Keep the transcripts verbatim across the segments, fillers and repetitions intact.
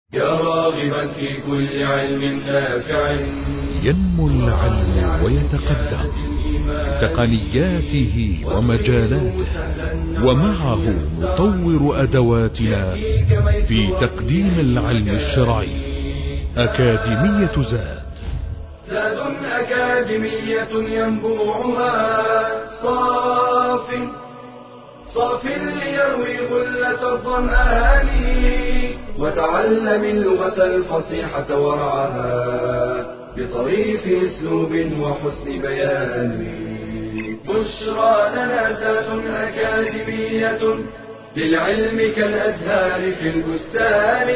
يا راغبا في كل علم نافع ينمو العلم ويتقدم تقنياته ومجالاته، ومعه نطور أدواتنا في تقديم العلم الشرعي. أكاديمية زاد زاد أكاديمية ينبوعها صاف صاف ليروي غلة الظمآن، وتعلم اللغة الفصيحة ورعاها بطريف اسلوب وحسن بيان. بشرى لنا زاد أكاديمية للعلم كالأزهار في البستان.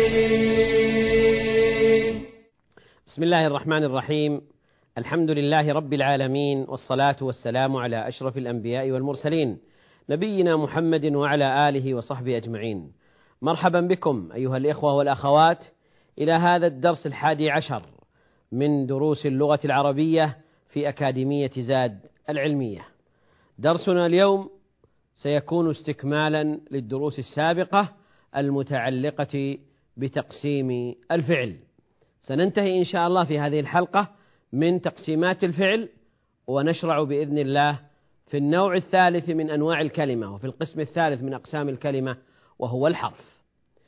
بسم الله الرحمن الرحيم. الحمد لله رب العالمين، والصلاة والسلام على أشرف الأنبياء والمرسلين، نبينا محمد وعلى آله وصحبه أجمعين. مرحبا بكم أيها الإخوة والأخوات إلى هذا الدرس الحادي عشر من دروس اللغة العربية في أكاديمية زاد العلمية. درسنا اليوم سيكون استكمالا للدروس السابقة المتعلقة بتقسيم الفعل. سننتهي إن شاء الله في هذه الحلقة من تقسيمات الفعل، ونشرع بإذن الله في النوع الثالث من أنواع الكلمة، وفي القسم الثالث من أقسام الكلمة، وهو الحرف.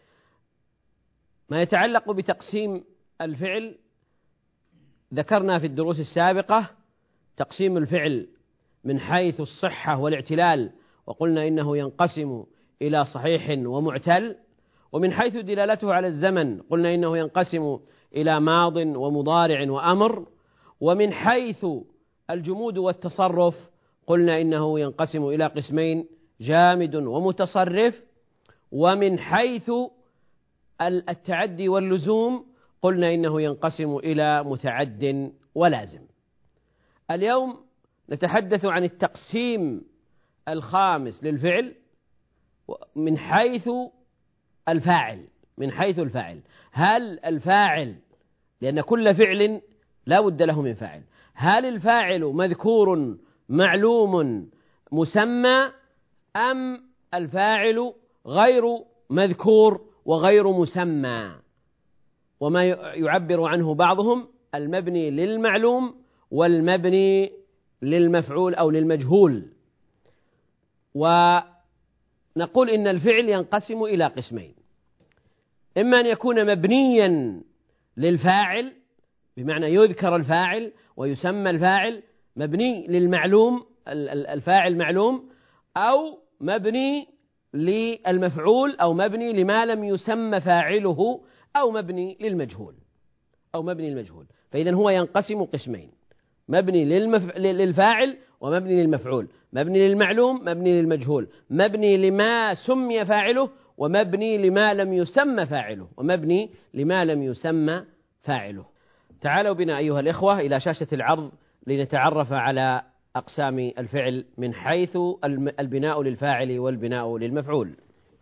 ما يتعلق بتقسيم الفعل ذكرنا في الدروس السابقة تقسيم الفعل من حيث الصحة والاعتلال، وقلنا إنه ينقسم إلى صحيح ومعتل. ومن حيث دلالته على الزمن قلنا إنه ينقسم إلى ماض ومضارع وأمر. ومن حيث الجمود والتصرف قلنا إنه ينقسم إلى قسمين، جامد ومتصرف. ومن حيث التعدي واللزوم قلنا إنه ينقسم إلى متعد ولازم. اليوم نتحدث عن التقسيم الخامس للفعل من حيث الفاعل. من حيث الفاعل، هل الفاعل، لأن كل فعل لا بد له من فاعل، هل الفاعل مذكور معلوم مسمى، أم الفاعل غير مذكور وغير مسمى؟ وما يعبر عنه بعضهم المبني للمعلوم والمبني للمفعول أو للمجهول. ونقول إن الفعل ينقسم إلى قسمين: إما أن يكون مبنيا للفاعل، بمعنى يذكر الفاعل ويسمى الفاعل، مبني للمعلوم، الفاعل معلوم، أو مبني للمفعول، أو مبني لما لم يسمى فاعله، أو مبني للمجهول أو مبني للمجهول. فإذا هو ينقسم قسمين: مبني للمف... للفاعل ومبني للمفعول، مبني للمعلوم مبني للمجهول، مبني لما سمي فاعله ومبني لما لم يسمى فاعله ومبني لما لم يسمى فاعله. تعالوا بنا أيها الإخوة إلى شاشة العرض لنتعرف على أقسام الفعل من حيث البناء للفاعل والبناء للمفعول.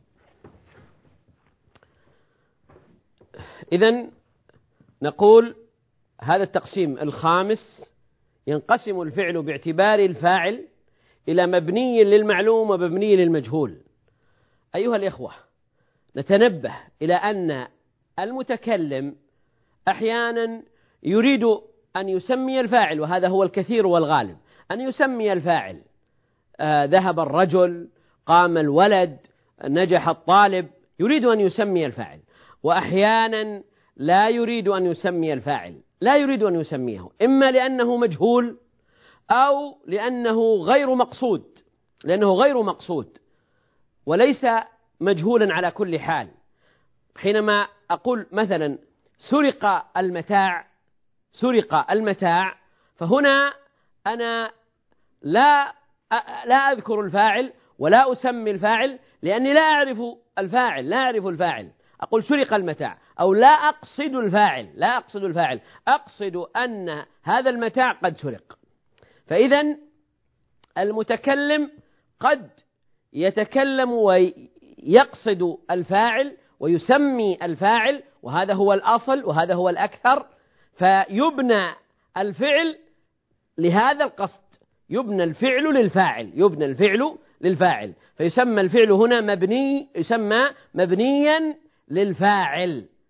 إذن نقول هذا التقسيم الخامس: ينقسم الفعل باعتبار الفاعل إلى مبني للمعلوم ومبني للمجهول. أيها الإخوة، نتنبه إلى أن المتكلم أحيانا يريد أن يسمي الفاعل، وهذا هو الكثير والغالب، أن يسمي الفاعل. آه ذهب الرجل، قام الولد، نجح الطالب، يريد أن يسمي الفاعل. وأحيانا لا يريد أن يسمي الفاعل، لا يريد أن يسميه، إما لأنه مجهول أو لأنه غير مقصود لأنه غير مقصود وليس مجهولا على كل حال. حينما أقول مثلا سرق المتاع سرق المتاع فهنا أنا لا لا أذكر الفاعل ولا أسمي الفاعل، لأني لا أعرف الفاعل لا أعرف الفاعل أقول سرق المتاع، أو لا أقصد الفاعل لا أقصد الفاعل أقصد أن هذا المتاع قد سرق. فإذا المتكلم قد يتكلم ويقصد الفاعل ويسمي الفاعل، وهذا هو الأصل وهذا هو الأكثر، فيبنى الفعل لهذا القصد، يبنى الفعل للفاعل يبنى الفعل للفاعل فيسمى الفعل هنا مبني يسمى مبنيا للفاعل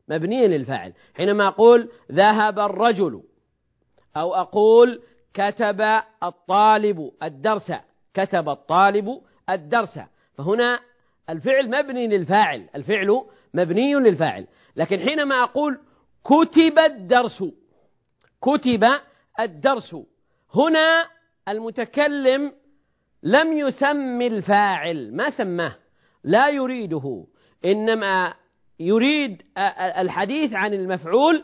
مبنيا للفاعل. حينما أقول ذهب الرجل، أو أقول كتب الطالب الدرس، كتب الطالب الدرس، فهنا الفعل مبني للفاعل، الفعل مبني للفاعل. لكن حينما أقول كتب الدرس، كتب الدرس، هنا المتكلم لم يسمي الفاعل، ما سماه، لا يريده، إنما يريد الحديث عن المفعول،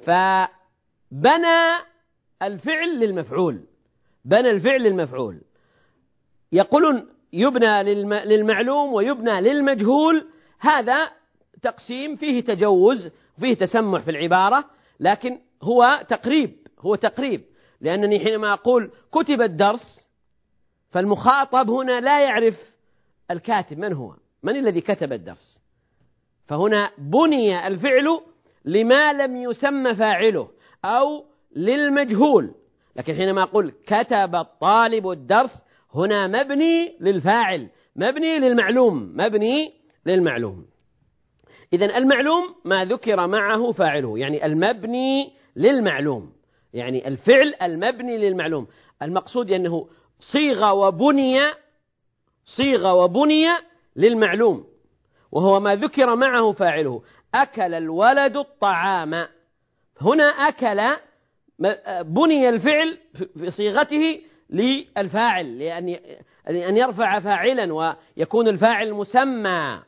فبنى الفعل للمفعول، بنى الفعل للمفعول. يقولون يبنى للمعلوم ويبنى للمجهول، هذا تقسيم فيه تجوز وفيه تسمح في العبارة، لكن هو تقريب، هو تقريب، لأنني حينما أقول كتب الدرس فالمخاطب هنا لا يعرف الكاتب من هو، من الذي كتب الدرس، فهنا بني الفعل لما لم يسمى فاعله أو للمجهول. لكن حينما أقول كتب الطالب الدرس، هنا مبني للفاعل، مبني للمعلوم، مبني للمعلوم. إذن المعلوم ما ذكر معه فاعله، يعني المبني للمعلوم، يعني الفعل المبني للمعلوم. المقصود أنه صيغة وبني، صيغة وبني للمعلوم، وهو ما ذكر معه فاعله. أكل الولد الطعام، هنا أكل بني الفعل في صيغته للفاعل، لأن أن يرفع فاعلا ويكون الفاعل مسمى.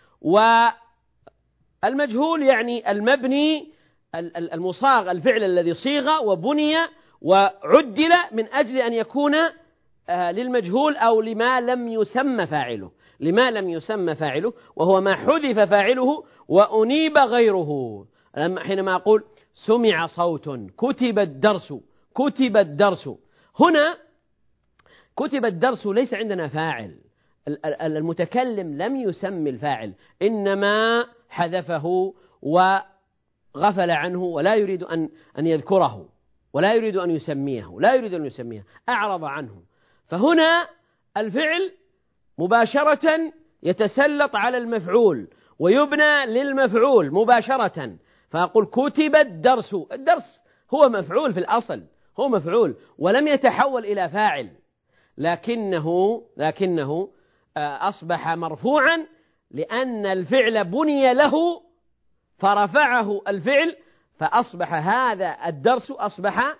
والمجهول يعني المبني المصاغ، الفعل الذي صيغ وبني وعدل من أجل أن يكون للمجهول أو لما لم يسمى فاعله، لما لم يسمى فاعله، وهو ما حذف فاعله وأنيب غيره. حينما أقول سمع صوت، كتب الدرس، كتب الدرس، هنا كتب الدرس ليس عندنا فاعل، المتكلم لم يسمي الفاعل، إنما حذفه وغفل عنه ولا يريد أن أن يذكره، ولا يريد أن يسميه، لا يريد أن يسميه، أعرض عنه. فهنا الفعل مباشرة يتسلط على المفعول ويبنى للمفعول مباشرة، فأقول كتب الدرس، الدرس هو مفعول في الأصل، هو مفعول ولم يتحول إلى فاعل، لكنه لكنه أصبح مرفوعا لأن الفعل بني له فرفعه الفعل، فأصبح هذا الدرس أصبح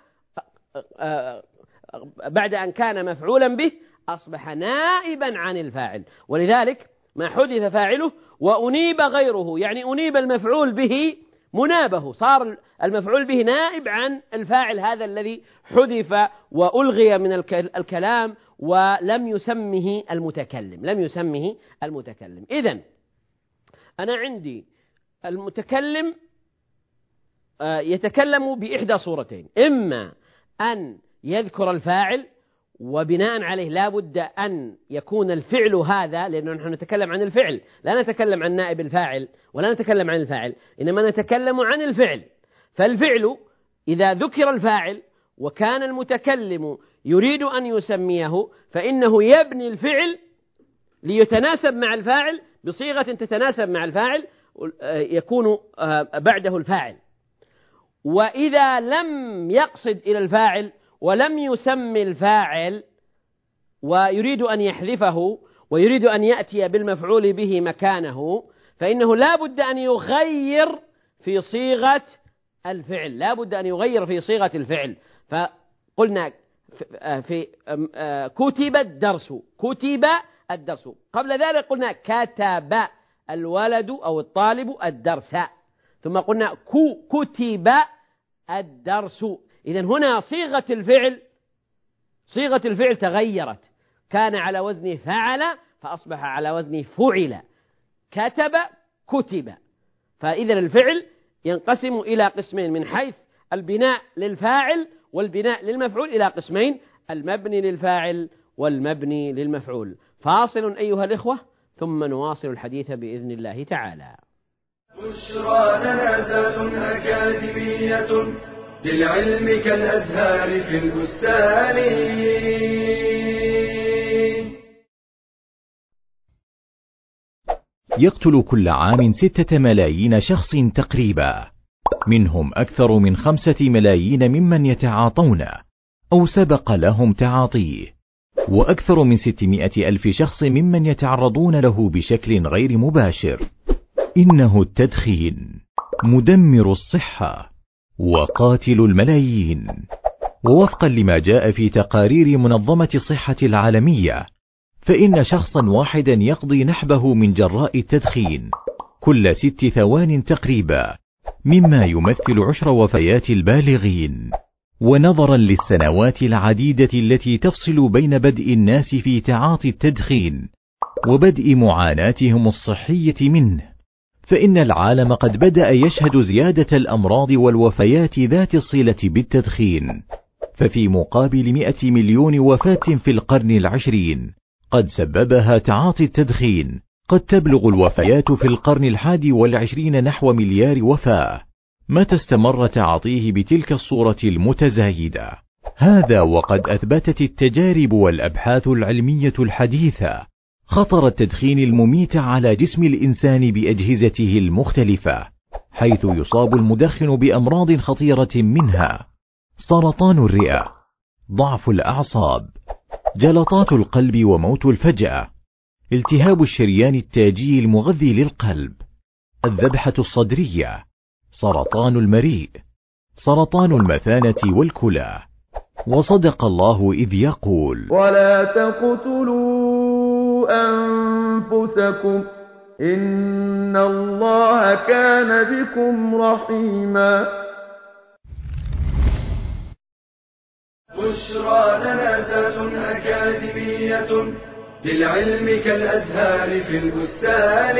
بعد أن كان مفعولا به أصبح نائبا عن الفاعل. ولذلك ما حذف فاعله وأنيب غيره، يعني أنيب المفعول به منابه، صار المفعول به نائب عن الفاعل هذا الذي حذف وألغي من الكلام ولم يسمه المتكلم، لم يسمه المتكلم. إذن أنا عندي المتكلم يتكلم بإحدى صورتين، إما أن يذكر الفاعل وبناء عليه لا بد أن يكون الفعل هذا، لأنه نحن نتكلم عن الفعل، لا نتكلم عن نائب الفاعل ولا نتكلم عن الفاعل، إنما نتكلم عن الفعل. فالفعل إذا ذكر الفاعل وكان المتكلم يريد أن يسميه، فإنه يبني الفعل ليتناسب مع الفاعل بصيغة تتناسب مع الفاعل، يكون بعده الفاعل. وإذا لم يقصد إلى الفاعل ولم يسمي الفاعل ويريد أن يحذفه ويريد أن يأتي بالمفعول به مكانه، فإنه لا بد أن يغير في صيغة الفعل، لا بد أن يغير في صيغة الفعل. فقلنا في كتب الدرس، كتب الدرس، قبل ذلك قلنا كتب الولد أو الطالب الدرس، ثم قلنا كتب الدرس. إذن هنا صيغة الفعل صيغة الفعل تغيرت، كان على وزن فعل فأصبح على وزن فعل، كتب كتب. فإذن الفعل ينقسم إلى قسمين من حيث البناء للفاعل والبناء للمفعول، إلى قسمين: المبني للفاعل والمبني للمفعول. فاصل أيها الإخوة، ثم نواصل الحديث بإذن الله تعالى. بشرى لنا ذات أكاديمية للعلم كالأزهار في البستان. يقتل كل عام ستة ملايين شخص تقريبا، منهم أكثر من خمسة ملايين ممن يتعاطون أو سبق لهم تعاطيه، وأكثر من ستمائة ألف شخص ممن يتعرضون له بشكل غير مباشر. إنه التدخين مدمر الصحة وقاتل الملايين. ووفقا لما جاء في تقارير منظمة الصحة العالمية، فإن شخصا واحدا يقضي نحبه من جراء التدخين كل ست ثوان تقريبا، مما يمثل عشر وفيات البالغين. ونظرا للسنوات العديدة التي تفصل بين بدء الناس في تعاطي التدخين وبدء معاناتهم الصحية منه، فإن العالم قد بدأ يشهد زيادة الأمراض والوفيات ذات الصلة بالتدخين. ففي مقابل مئة مليون وفاة في القرن العشرين قد سببها تعاطي التدخين، قد تبلغ الوفيات في القرن الحادي والعشرين نحو مليار وفاة متى استمر تعاطيه بتلك الصورة المتزايدة. هذا وقد أثبتت التجارب والأبحاث العلمية الحديثة خطر التدخين المميت على جسم الإنسان بأجهزته المختلفة، حيث يصاب المدخن بأمراض خطيرة منها سرطان الرئة، ضعف الأعصاب، جلطات القلب وموت الفجأة، التهاب الشريان التاجي المغذي للقلب، الذبحة الصدرية، سرطان المريء، سرطان المثانة والكلى. وصدق الله إذ يقول: ولا تقتلوا أنفسكم إن الله كان بكم رحيما. بشرى لنا ذات أكاديمية للعلم كالأزهار في البستان.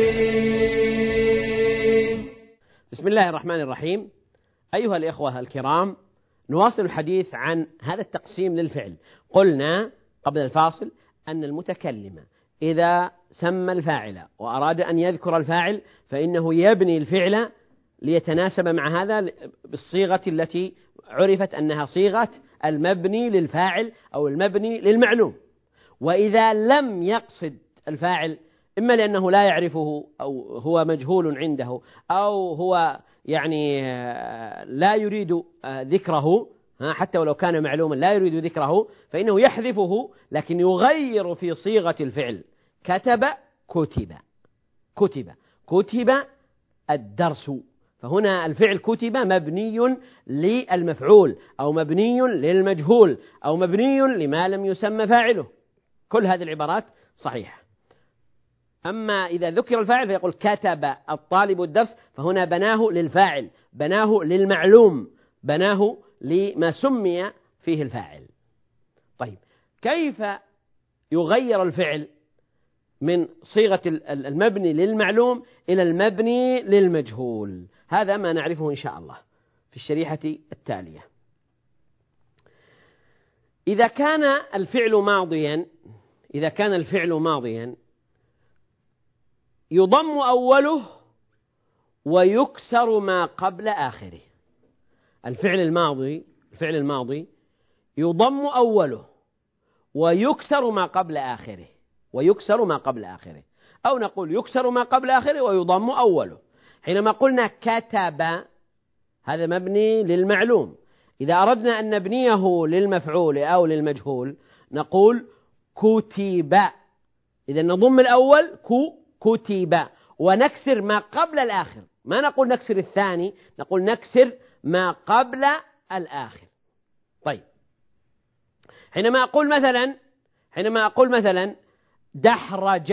بسم الله الرحمن الرحيم. أيها الإخوة الكرام، نواصل الحديث عن هذا التقسيم للفعل. قلنا قبل الفاصل أن المتكلم إذا سمى الفاعل وأراد أن يذكر الفاعل فإنه يبني الفعل ليتناسب مع هذا بالصيغة التي عرفت أنها صيغة المبني للفاعل أو المبني للمعلوم. وإذا لم يقصد الفاعل، إما لأنه لا يعرفه أو هو مجهول عنده أو هو يعني لا يريد ذكره، حتى ولو كان معلوما لا يريد ذكره، فإنه يحذفه لكن يغير في صيغة الفعل. كتب كتب كتب كتب الدرس، فهنا الفعل كتب مبني للمفعول أو مبني للمجهول أو مبني لما لم يسمى فاعله. كل هذه العبارات صحيحة. أما إذا ذكر الفاعل فيقول كتب الطالب الدرس، فهنا بناه للفاعل، بناه للمعلوم، بناه لما سمي فيه الفاعل. طيب، كيف يغير الفعل من صيغة المبني للمعلوم إلى المبني للمجهول؟ هذا ما نعرفه إن شاء الله في الشريحة التالية. إذا كان الفعل ماضيا إذا كان الفعل ماضيا يضم أوله ويكسر ما قبل آخره. الفعل الماضي الفعل الماضي يضم أوله ويكسر ما قبل آخره ويكسر ما قبل آخره أو نقول يكسر ما قبل آخره ويضم أوله. حينما قلنا كتب هذا مبني للمعلوم. إذا أردنا أن نبنيه للمفعول أو للمجهول نقول كتب، إذا نضم الأول كو كتب ونكسر ما قبل الآخر. ما نقول نكسر الثاني، نقول نكسر ما قبل الآخر. طيب، حينما أقول مثلا حينما أقول مثلا دحرج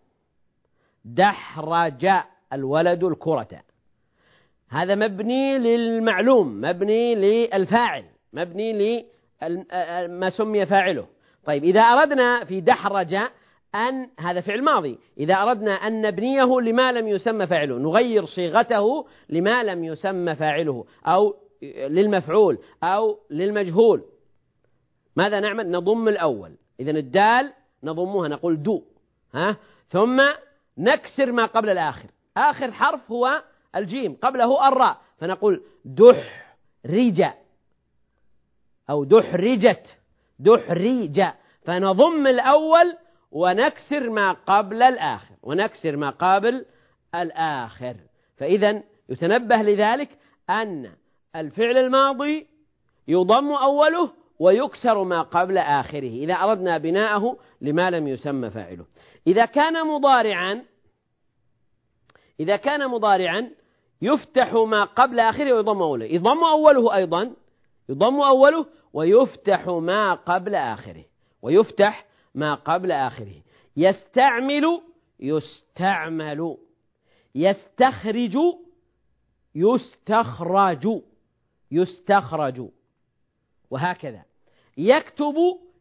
دحرج الولد الكرة، هذا مبني للمعلوم، مبني للفاعل، مبني لما سمي فاعله. طيب، إذا أردنا في دحرج أن هذا فعل ماضي، إذا أردنا أن نبنيه لما لم يسمى فاعله نغير صيغته لما لم يسمى فاعله أو للمفعول أو للمجهول. ماذا نعمل؟ نضم الأول، إذن الدال نضمها نقول دو، ها، ثم نكسر ما قبل الآخر. آخر حرف هو الجيم، قبله الراء، فنقول دحرج أو دحرجت دحرج، فنضم الأول ونكسر ما قبل الآخر ونكسر ما قبل الآخر. فإذا يتنبه لذلك أن الفعل الماضي يضم أوله ويكسر ما قبل آخره إذا أردنا بناءه لما لم يسمى فاعله. إذا كان مضارعا إذا كان مضارعا يفتح ما قبل آخره ويضم أوله، يضم أوله أيضا يضم أوله ويفتح ما قبل آخره ويفتح ما قبل آخره. يستعمل يستعمل، يستخرج يستخرج يستخرج، وهكذا. يكتب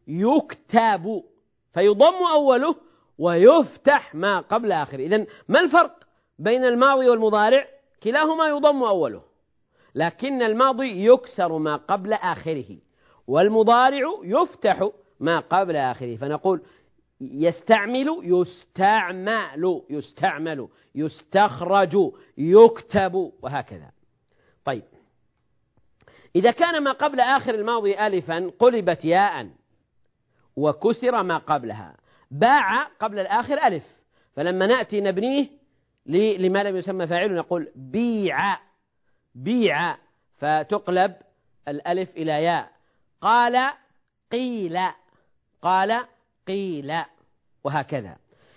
يكتب، فيضم أوله ويفتح ما قبل آخره. إذن ما الفرق بين الماضي والمضارع؟ كلاهما يضم أوله، لكن الماضي يكسر ما قبل آخره والمضارع يفتح ما قبل آخره. فنقول يستعمل يستعمل يستعمل، يستخرج يكتب، وهكذا. طيب، إذا كان ما قبل آخر الماضي ألفا قلبت ياء وكسر ما قبلها. باع قبل الآخر ألف، فلما نأتي نبنيه لما لم يسمى فاعله نقول بيع بيع، فتقلب الألف إلى ياء. قال قيل قال قيل، وهكذا.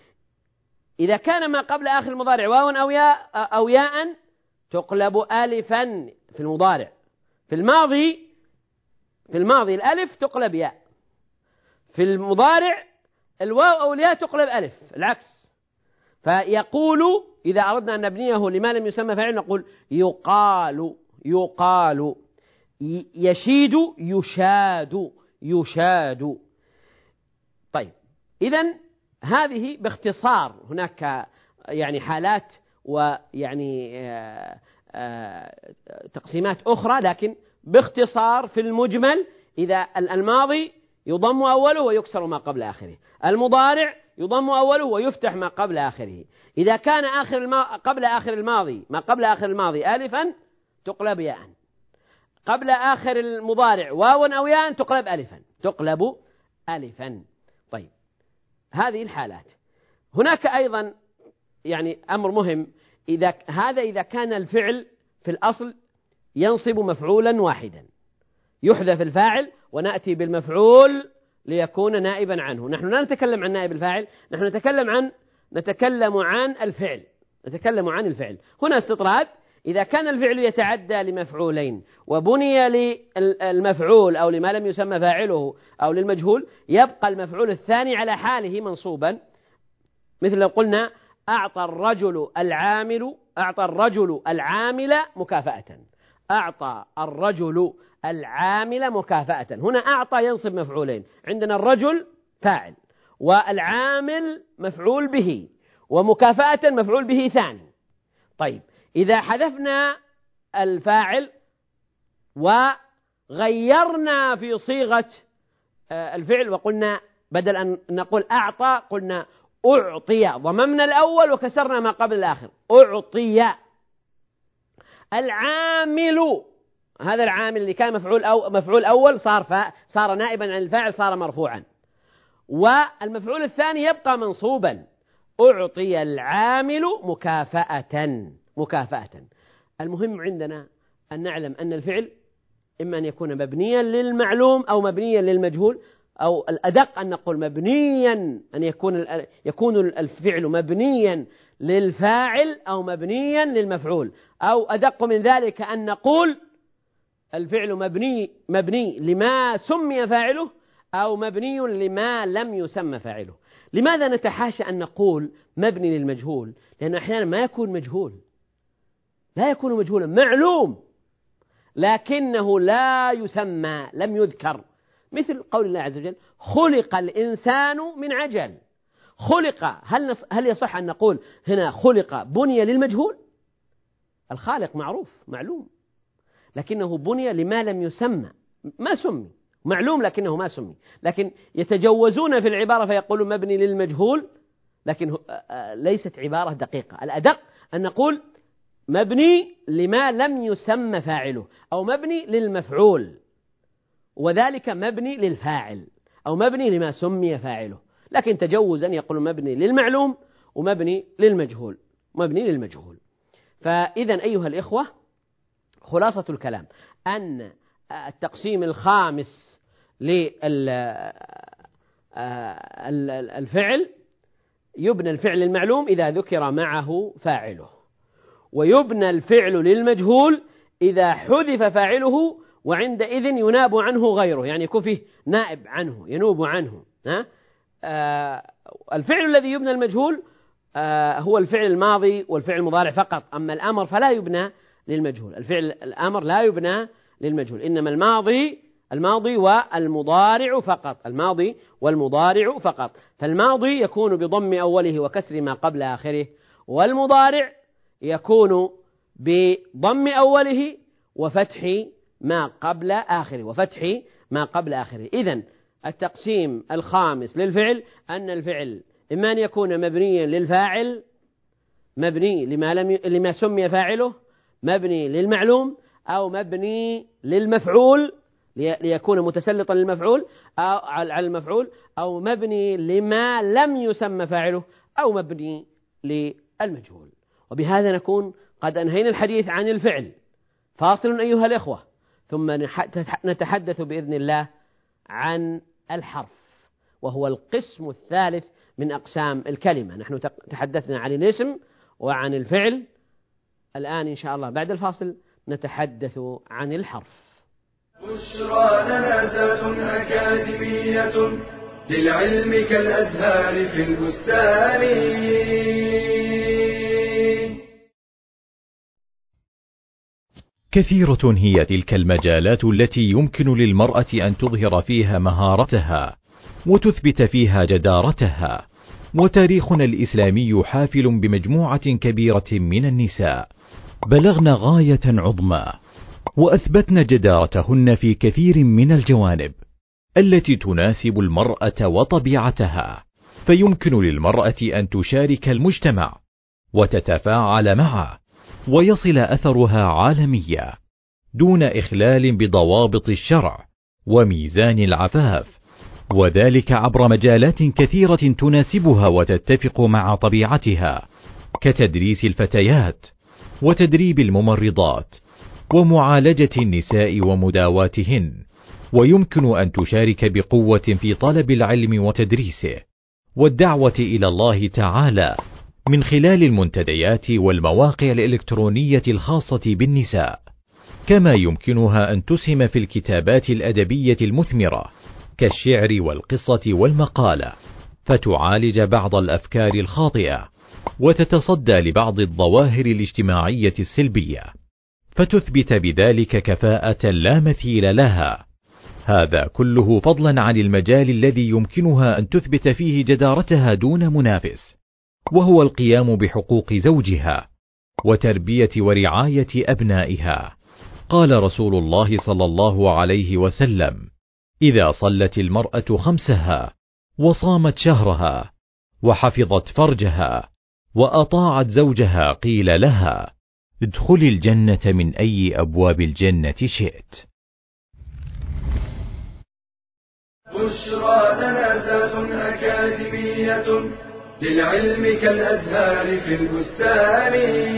إذا كان ما قبل آخر المضارع واو أو ياء أو ياء تقلب ألفا في المضارع. في الماضي في الماضي الألف تقلب ياء، في المضارع الواو أو الياء تقلب ألف، العكس. فيقول إذا أردنا أن نبنيه لما لم يسمى فاعل نقول يقال يقال، يشيد يشاد يشاد. طيب، إذن هذه باختصار. هناك يعني حالات ويعني آآ آآ تقسيمات أخرى، لكن باختصار في المجمل إذا الماضي يضم أوله ويكسر ما قبل آخره، المضارع يضم أوله ويفتح ما قبل آخره. إذا كان آخر الما... قبل آخر الماضي ما قبل آخر الماضي ألفا تقلب ياء، قبل آخر المضارع واو أو ياء تقلب ألفا تقلب ألفا. طيب، هذه الحالات. هناك أيضا يعني أمر مهم، إذا هذا إذا كان الفعل في الأصل ينصب مفعولا واحدا، يحذف الفاعل ونأتي بالمفعول ليكون نائبا عنه. نحن لا نتكلم عن نائب الفاعل، نحن نتكلم عن نتكلم عن الفعل نتكلم عن الفعل. هنا استطراد. إذا كان الفعل يتعدى لمفعولين وبني للمفعول أو لما لم يسمى فاعله أو للمجهول، يبقى المفعول الثاني على حاله منصوبا. مثل لو قلنا أعطى الرجل العامل أعطى الرجل العامل مكافأة، أعطى الرجل العامل مكافأة. هنا أعطى ينصب مفعولين، عندنا الرجل فاعل والعامل مفعول به ومكافأة مفعول به ثاني. طيب، إذا حذفنا الفاعل وغيرنا في صيغة الفعل وقلنا بدل أن نقول أعطى قلنا أعطي، ضممنا الأول وكسرنا ما قبل الآخر، أعطي. العامل، هذا العامل اللي كان مفعول أو مفعول أول صار فا صار نائبا عن الفاعل، صار مرفوعا، والمفعول الثاني يبقى منصوبا. أعطي العامل مكافأة مكافأة. المهم عندنا أن نعلم أن الفعل إما أن يكون مبنيا للمعلوم أو مبنيا للمجهول، أو الأدق أن نقول مبنيا أن يكون يكون الفعل مبنيا للفاعل أو مبنيا للمفعول، أو أدق من ذلك أن نقول الفعل مبني مبني لما سمي فاعله أو مبني لما لم يسمى فاعله. لماذا نتحاشى أن نقول مبني للمجهول؟ لأن أحيانا ما يكون مجهول، لا يكون مجهولا، معلوم لكنه لا يسمى، لم يذكر. مثل قول الله عز وجل خلق الإنسان من عجل. خلق، هل هل يصح أن نقول هنا خلق بني للمجهول؟ الخالق معروف معلوم، لكنه بني لما لم يسمى، ما سمي، معلوم لكنه ما سمي. لكن يتجوزون في العبارة فيقولون مبني للمجهول، لكن ليست عبارة دقيقة. الأدق أن نقول مبني لما لم يسمى فاعله أو مبني للمفعول، وذلك مبني للفاعل أو مبني لما سمي فاعله. لكن تجوز أن يقول مبني للمعلوم ومبني للمجهول مبني للمجهول. فإذا أيها الإخوة، خلاصة الكلام أن التقسيم الخامس للفعل يبنى الفعل المعلوم إذا ذكر معه فاعله، ويبنى الفعل للمجهول إذا حذف فاعله وعندئذ يناب عنه غيره، يعني يكون فيه نائب عنه ينوب عنه. ها؟ آه الفعل الذي يبنى المجهول آه هو الفعل الماضي والفعل المضارع فقط، أما الأمر فلا يبنى للمجهول. الفعل الأمر لا يبنى للمجهول، إنما الماضي الماضي والمضارع فقط، الماضي والمضارع فقط. فالماضي يكون بضم أوله وكسر ما قبل آخره، والمضارع يكون بضم أوله وفتح ما قبل آخره وفتح ما قبل آخره. إذن التقسيم الخامس للفعل أن الفعل إما أن يكون مبنيا للفاعل، مبني لما لم ي... لما سمي فاعله، مبني للمعلوم، أو مبني للمفعول ليكون متسلطا للمفعول أو على المفعول، أو مبني لما لم يسمى فاعله، أو مبني للمجهول. وبهذا نكون قد أنهينا الحديث عن الفعل. فاصل أيها الإخوة، ثم نتحدث بإذن الله عن الحرف، وهو القسم الثالث من أقسام الكلمة. نحن تحدثنا عن الاسم وعن الفعل، الآن إن شاء الله بعد الفاصل نتحدث عن الحرف. بشرى لنا ذات أكاديمية للعلم كالأزهار في البستان. كثيرة هي تلك المجالات التي يمكن للمرأة أن تظهر فيها مهارتها وتثبت فيها جدارتها، وتاريخنا الإسلامي حافل بمجموعة كبيرة من النساء بلغن غاية عظمى وأثبتن جدارتهن في كثير من الجوانب التي تناسب المرأة وطبيعتها، فيمكن للمرأة أن تشارك المجتمع وتتفاعل معه ويصل أثرها عالميا دون إخلال بضوابط الشرع وميزان العفاف، وذلك عبر مجالات كثيرة تناسبها وتتفق مع طبيعتها، كتدريس الفتيات وتدريب الممرضات ومعالجة النساء ومداواتهن. ويمكن أن تشارك بقوة في طلب العلم وتدريسه والدعوة إلى الله تعالى من خلال المنتديات والمواقع الإلكترونية الخاصة بالنساء، كما يمكنها أن تسهم في الكتابات الأدبية المثمرة كالشعر والقصة والمقالة، فتعالج بعض الأفكار الخاطئة وتتصدى لبعض الظواهر الاجتماعية السلبية، فتثبت بذلك كفاءة لا مثيل لها. هذا كله فضلا عن المجال الذي يمكنها أن تثبت فيه جدارتها دون منافس، وهو القيام بحقوق زوجها وتربية ورعاية أبنائها. قال رسول الله صلى الله عليه وسلم: إذا صلت المرأة خمسها وصامت شهرها وحفظت فرجها وأطاعت زوجها قيل لها: ادخلي الجنة من أي أبواب الجنة شئت. بشرى لنا ذات أكاديمية للعلم كالأزهار في البستان.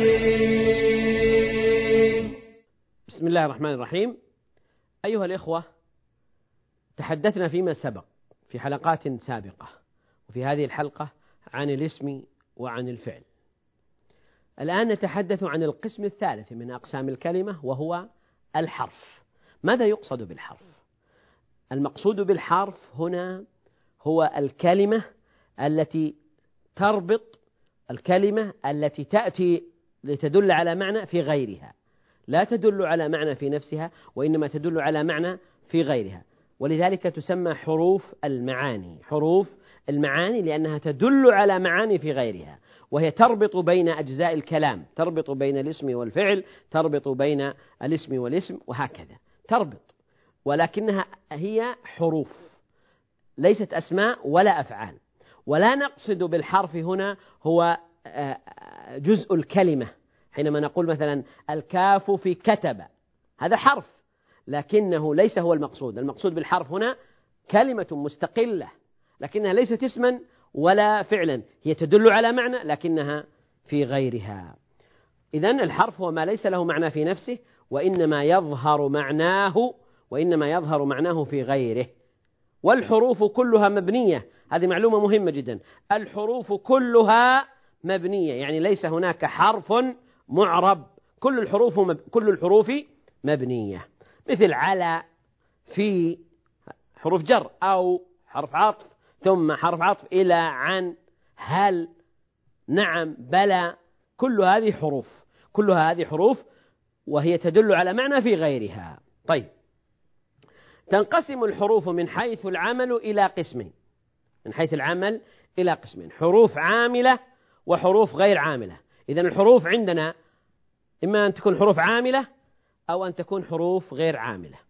بسم الله الرحمن الرحيم. أيها الإخوة، تحدثنا فيما سبق في حلقات سابقة وفي هذه الحلقة عن الاسم وعن الفعل. الآن نتحدث عن القسم الثالث من أقسام الكلمة، وهو الحرف. ماذا يقصد بالحرف؟ المقصود بالحرف هنا هو الكلمة التي تربط، الكلمة التي تأتي لتدل على معنى في غيرها، لا تدل على معنى في نفسها وإنما تدل على معنى في غيرها، ولذلك تسمى حروف المعاني. حروف المعاني لأنها تدل على معاني في غيرها، وهي تربط بين أجزاء الكلام، تربط بين الاسم والفعل، تربط بين الاسم والاسم، وهكذا تربط، ولكنها هي حروف ليست أسماء ولا أفعال. ولا نقصد بالحرف هنا هو جزء الكلمة، حينما نقول مثلا الكاف في كتب، هذا حرف، لكنه ليس هو المقصود. المقصود بالحرف هنا كلمة مستقلة، لكنها ليست اسما ولا فعلا، هي تدل على معنى لكنها في غيرها. إذن الحرف هو ما ليس له معنى في نفسه وإنما يظهر معناه وإنما يظهر معناه في غيره. والحروف كلها مبنية، هذه معلومة مهمة جدا، الحروف كلها مبنية، يعني ليس هناك حرف معرب، كل الحروف مب... كل الحروف مبنية، مثل على، في، حروف جر، أو حرف عطف، ثم حرف عطف إلى، عن، هل، نعم، بلى، كل هذه حروف، كلها هذه حروف وهي تدل على معنى في غيرها. طيب، تنقسم الحروف من حيث العمل إلى قسمين، من حيث العمل إلى قسمين، حروف عاملة وحروف غير عاملة. إذن الحروف عندنا إما أن تكون حروف عاملة أو أن تكون حروف غير عاملة.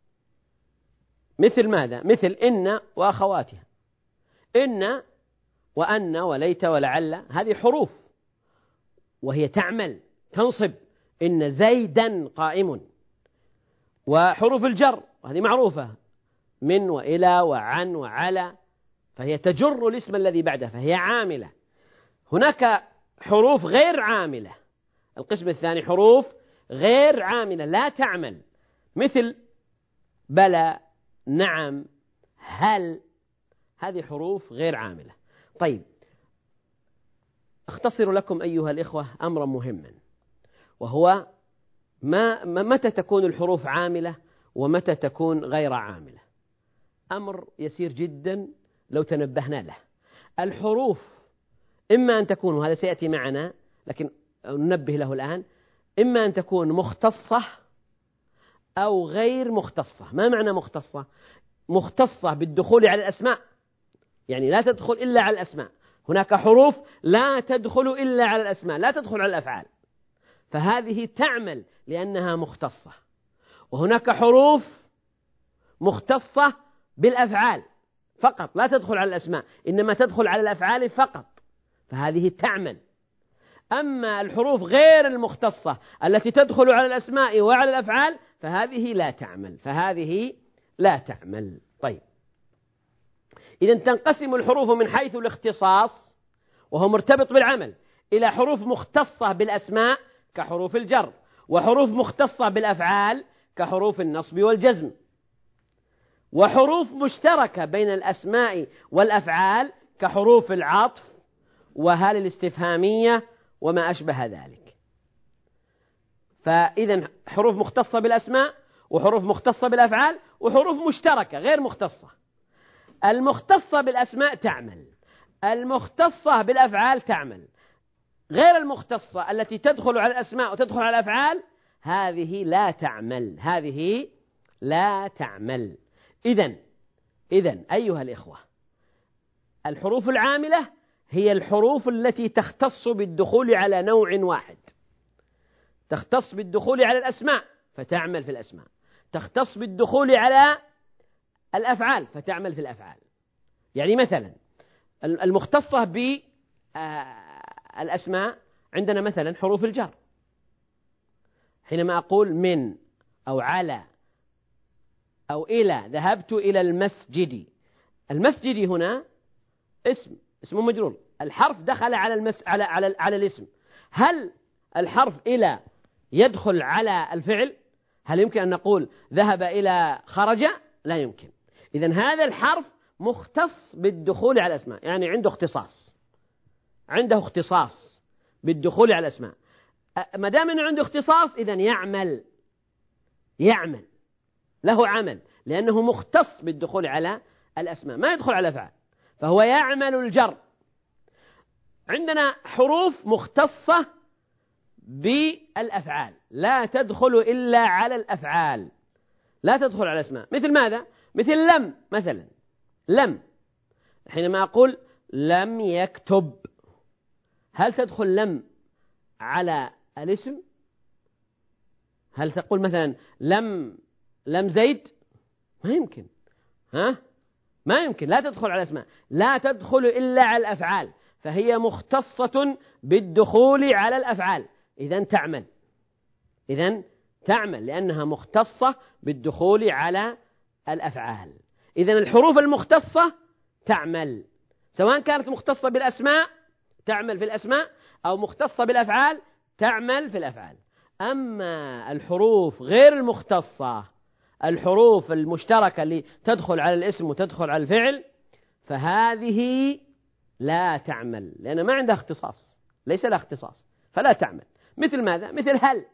مثل ماذا؟ مثل إن وأخواتها، إن وأن وليت ولعل، هذه حروف وهي تعمل، تنصب، إن زيدا قائم. وحروف الجر هذه معروفة، من وإلى وعن وعلى، فهي تجر الاسم الذي بعده فهي عاملة. هناك حروف غير عاملة، القسم الثاني حروف غير عاملة لا تعمل، مثل بلى، نعم، هل، هذه حروف غير عاملة. طيب، أختصر لكم أيها الإخوة أمرا مهما، وهو ما متى تكون الحروف عاملة ومتى تكون غير عاملة. أمر يسير جدا لو تنبهنا له. الحروف إما أن تكون، وهذا سيأتي معنا لكن ننبه له الآن، إما أن تكون مختصة أو غير مختصة. ما معنى مختصة؟ مختصة بالدخول على الأسماء، يعني لا تدخل إلا على الأسماء. هناك حروف لا تدخل إلا على الأسماء، لا تدخل على الأفعال، فهذه تعمل لأنها مختصة. وهناك حروف مختصة بالأفعال فقط، لا تدخل على الأسماء إنما تدخل على الأفعال فقط، فهذه تعمل. أما الحروف غير المختصة التي تدخل على الأسماء وعلى الأفعال فهذه لا تعمل، فهذه لا تعمل. طيب، إذن تنقسم الحروف من حيث الاختصاص وهو مرتبط بالعمل إلى حروف مختصة بالأسماء كحروف الجر، وحروف مختصة بالأفعال كحروف النصب والجزم، وحروف مشتركة بين الأسماء والأفعال كحروف العطف وهل الاستفهامية وما أشبه ذلك. فإذن حروف مختصة بالأسماء وحروف مختصة بالأفعال وحروف مشتركة غير مختصة. المختصة بالأسماء تعمل، المختصة بالأفعال تعمل، غير المختصة التي تدخل على الأسماء وتدخل على الأفعال هذه لا تعمل، هذه لا تعمل. إذن إذن أيها الإخوة، الحروف العاملة هي الحروف التي تختص بالدخول على نوع واحد، تختص بالدخول على الأسماء فتعمل في الأسماء، تختص بالدخول على الأفعال فتعمل في الأفعال. يعني مثلا المختصة بالأسماء عندنا مثلا حروف الجر، حينما أقول من أو على أو إلى، ذهبت إلى المسجد، المسجد هنا اسم اسم مجرور، الحرف دخل على المس على على على الاسم. هل الحرف إلى يدخل على الفعل؟ هل يمكن أن نقول ذهب إلى خرج؟ لا يمكن. إذن هذا الحرف مختص بالدخول على الأسماء، يعني عنده اختصاص، عنده اختصاص بالدخول على الأسماء. ما دام أنه عنده اختصاص إذن يعمل، يعمل له عمل لأنه مختص بالدخول على الأسماء، ما يدخل على الأفعال، فهو يعمل الجر. عندنا حروف مختصة بالأفعال لا تدخل إلا على الأفعال، لا تدخل على الأسماء. مثل ماذا؟ مثل لم مثلا، لم حينما أقول لم يكتب، هل تدخل لم على الاسم؟ هل تقول مثلا لم لم زيد؟ ما يمكن، ها؟ ما يمكن، لا تدخل على الأسماء، لا تدخل إلا على الأفعال، فهي مختصة بالدخول على الأفعال. إذن تعمل، إذن تعمل لأنها مختصة بالدخول على الأفعال. إذن الحروف المختصة تعمل، سواء كانت مختصة بالأسماء تعمل في الأسماء أو مختصة بالأفعال تعمل في الأفعال. أما الحروف غير المختصة، الحروف المشتركة اللي تدخل على الاسم وتدخل على الفعل، فهذه لا تعمل لأن ما عندها اختصاص، ليس لها اختصاص فلا تعمل. مثل ماذا؟ مثل هل.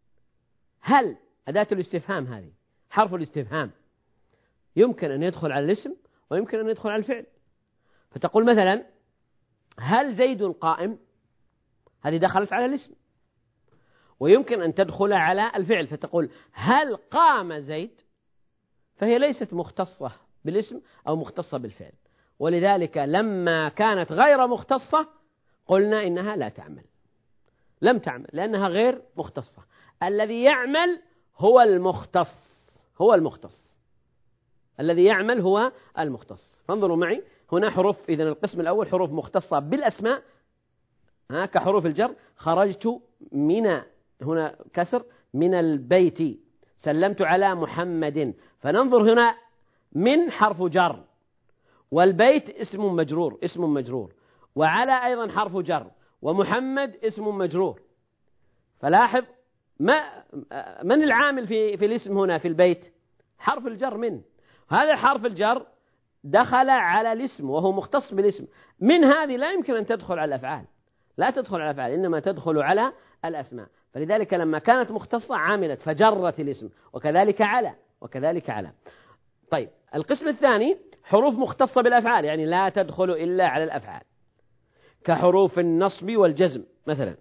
هل أداة الاستفهام، هذه حرف الاستفهام يمكن أن يدخل على الاسم ويمكن أن يدخل على الفعل. فتقول مثلا هل زيد قائم، هذه دخلت على الاسم، ويمكن أن تدخل على الفعل فتقول هل قام زيد، فهي ليست مختصة بالاسم أو مختصة بالفعل. ولذلك لما كانت غير مختصة قلنا إنها لا تعمل، لم تعمل لأنها غير مختصة. الذي يعمل هو المختص، هو المختص الذي يعمل هو المختص. فانظروا معي هنا حروف، إذن القسم الأول حروف مختصة بالأسماء ها كحروف الجر. خرجت من، هنا كسر، من البيت. سلمت على محمد. فننظر هنا من حرف جر، والبيت اسم مجرور، اسم مجرور، وعلى أيضا حرف جر، ومحمد اسم مجرور. فلاحظ ما من العامل في في الاسم هنا في البيت؟ حرف الجر من. هذا حرف الجر دخل على الاسم وهو مختص بالاسم. من هذه لا يمكن أن تدخل على الأفعال، لا تدخل على الأفعال، إنما تدخل على الأسماء. فلذلك لما كانت مختصة عاملت فجرت الاسم، وكذلك على، وكذلك على. طيب القسم الثاني حروف مختصة بالأفعال، يعني لا تدخل إلا على الأفعال، كحروف النصب والجزم. مثلا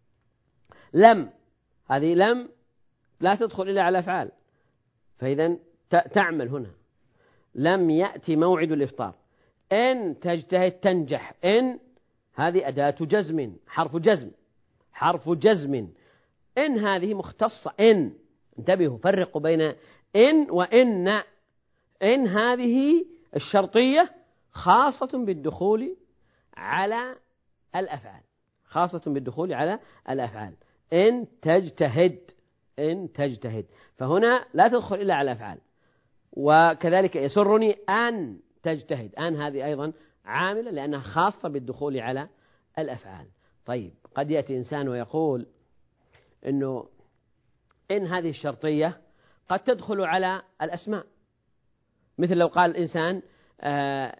لم، هذه لم لا تدخل إلا على الأفعال، فإذا تعمل هنا. لم يأتي موعد الإفطار. إن تجتهد تنجح. إن هذه أداة جزم، حرف جزم، حرف جزم. إن هذه مختصة. إن، انتبهوا فرقوا بين إن وإن. إن هذه الشرطية خاصة بالدخول على الأفعال، خاصة بالدخول على الأفعال. إن تجتهد، إن تجتهد، فهنا لا تدخل إلا على الأفعال. وكذلك يسرني أن تجتهد. أن هذه أيضا عاملة لأنها خاصة بالدخول على الأفعال. طيب قد يأتي إنسان ويقول إنه إن هذه الشرطية قد تدخل على الأسماء، مثل لو قال الإنسان آآ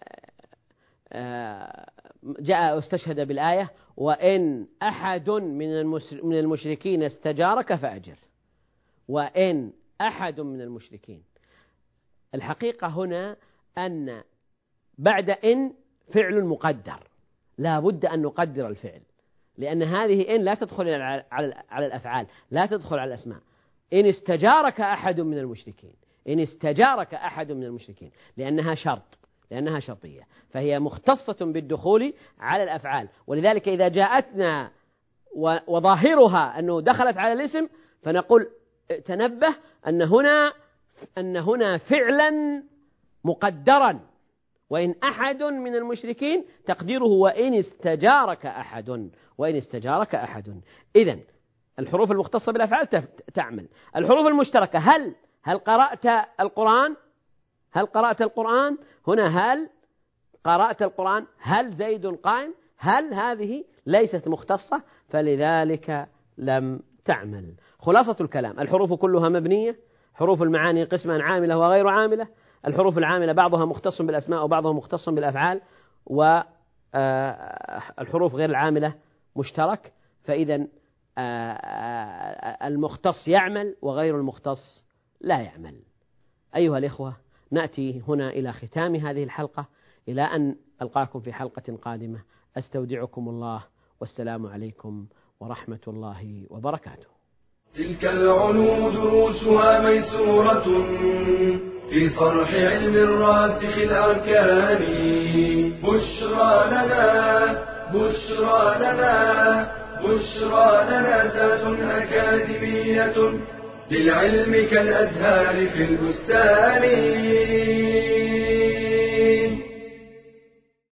آآ جاء واستشهد بالآية وإن أحد من المشركين استجارك فأجر. وإن أحد من المشركين، الحقيقة هنا أن بعد إن فعل مقدر، لا بد أن نقدر الفعل، لأن هذه إن لا تدخل على الأفعال، لا تدخل على الأسماء. إن استجارك أحد من المشركين، إن استجارك أحد من المشركين، لأنها شرط، لأنها شرطية، فهي مختصة بالدخول على الأفعال. ولذلك إذا جاءتنا وظاهرها أنه دخلت على الاسم فنقول تنبه أن هنا أن هنا فعلا مقدرا. وإن أحد من المشركين تقديره وإن استجارك أحد، وإن استجارك أحد. إذن الحروف المختصة بالأفعال تعمل. الحروف المشتركة هل، هل قرأت القرآن، هل قرأت القرآن، هنا هل قرأت القرآن، هل زيد قائم، هل هذه ليست مختصة فلذلك لم تعمل. خلاصة الكلام الحروف كلها مبنية. حروف المعاني قسمان عاملة وغير عاملة. الحروف العاملة بعضها مختص بالأسماء وبعضها مختص بالأفعال، والحروف غير العاملة مشترك. فإذا المختص يعمل وغير المختص لا يعمل. أيها الإخوة، نأتي هنا إلى ختام هذه الحلقة، إلى أن ألقاكم في حلقة قادمة. أستودعكم الله، والسلام عليكم ورحمة الله وبركاته. تلك العلوم دروسها ميسورة في صرح علم الراسخ الأركان. بشرى لنا، بشرى لنا، بشرى لنا ذات أكاديمية للعلم كالأزهار في البستان.